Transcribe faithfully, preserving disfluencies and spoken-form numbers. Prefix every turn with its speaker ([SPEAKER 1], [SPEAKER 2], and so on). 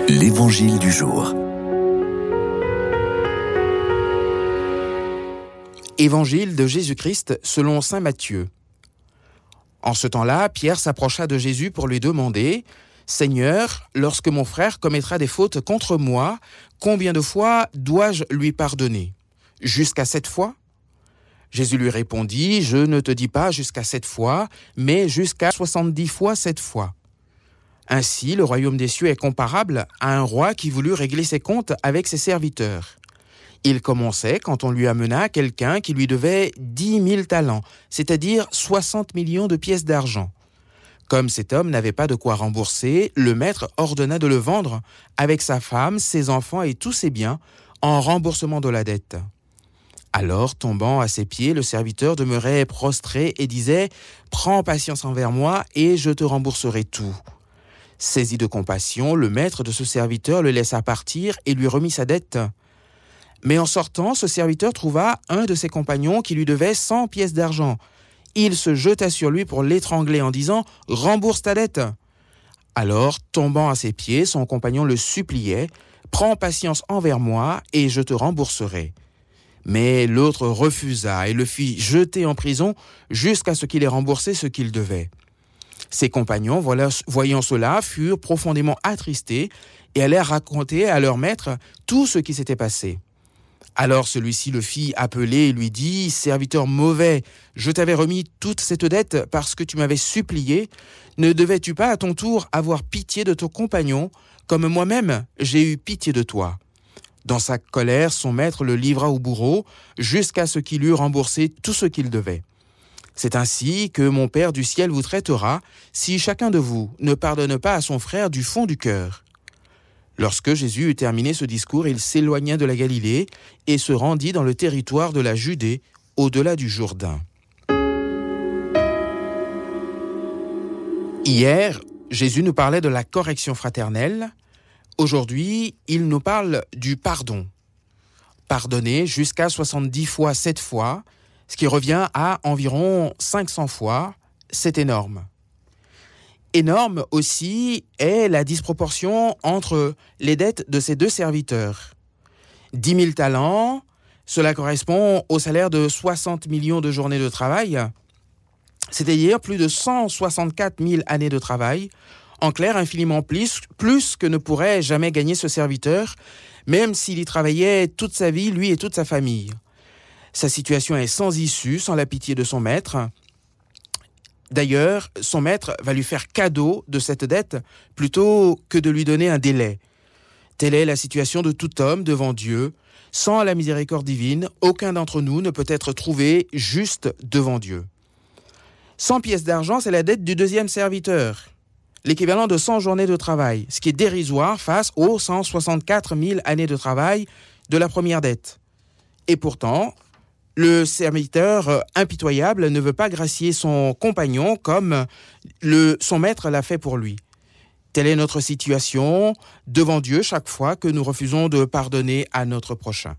[SPEAKER 1] L'Évangile du jour.
[SPEAKER 2] Évangile de Jésus-Christ selon saint Matthieu. En ce temps-là, Pierre s'approcha de Jésus pour lui demander « Seigneur, lorsque mon frère commettra des fautes contre moi, combien de fois dois-je lui pardonner ? Jusqu'à sept fois ?» Jésus lui répondit « Je ne te dis pas jusqu'à sept fois, mais jusqu'à soixante-dix fois sept fois. » Ainsi, le royaume des cieux est comparable à un roi qui voulut régler ses comptes avec ses serviteurs. Il commençait quand on lui amena quelqu'un qui lui devait dix mille talents, c'est-à-dire soixante millions de pièces d'argent. Comme cet homme n'avait pas de quoi rembourser, le maître ordonna de le vendre avec sa femme, ses enfants et tous ses biens en remboursement de la dette. Alors, tombant à ses pieds, le serviteur demeurait prostré et disait « Prends patience envers moi et je te rembourserai tout. » Saisi de compassion, le maître de ce serviteur le laissa partir et lui remit sa dette. Mais en sortant, ce serviteur trouva un de ses compagnons qui lui devait cent pièces d'argent. Il se jeta sur lui pour l'étrangler en disant « Rembourse ta dette !» Alors, tombant à ses pieds, son compagnon le suppliait « Prends patience envers moi et je te rembourserai. » Mais l'autre refusa et le fit jeter en prison jusqu'à ce qu'il ait remboursé ce qu'il devait. Ses compagnons, voyant cela, furent profondément attristés et allèrent raconter à leur maître tout ce qui s'était passé. Alors celui-ci le fit appeler et lui dit « Serviteur mauvais, je t'avais remis toute cette dette parce que tu m'avais supplié. Ne devais-tu pas à ton tour avoir pitié de ton compagnon, comme moi-même j'ai eu pitié de toi ?» Dans sa colère, son maître le livra au bourreau jusqu'à ce qu'il eût remboursé tout ce qu'il devait. C'est ainsi que mon Père du ciel vous traitera si chacun de vous ne pardonne pas à son frère du fond du cœur. » Lorsque Jésus eut terminé ce discours, il s'éloigna de la Galilée et se rendit dans le territoire de la Judée, au-delà du Jourdain. Hier, Jésus nous parlait de la correction fraternelle. Aujourd'hui, il nous parle du pardon. Pardonner jusqu'à soixante-dix fois sept fois, ce qui revient à environ cinq cents fois, c'est énorme. Énorme aussi est la disproportion entre les dettes de ces deux serviteurs. dix mille talents, cela correspond au salaire de soixante millions de journées de travail, c'est-à-dire plus de cent soixante-quatre mille années de travail, en clair infiniment plus, plus que ne pourrait jamais gagner ce serviteur, même s'il y travaillait toute sa vie, lui et toute sa famille. Sa situation est sans issue, sans la pitié de son maître. D'ailleurs, son maître va lui faire cadeau de cette dette plutôt que de lui donner un délai. Telle est la situation de tout homme devant Dieu. Sans la miséricorde divine, aucun d'entre nous ne peut être trouvé juste devant Dieu. cent pièces d'argent, c'est la dette du deuxième serviteur, l'équivalent de cent journées de travail, ce qui est dérisoire face aux cent soixante-quatre mille années de travail de la première dette. Et pourtant, le serviteur impitoyable ne veut pas gracier son compagnon comme le, son maître l'a fait pour lui. Telle est notre situation devant Dieu chaque fois que nous refusons de pardonner à notre prochain.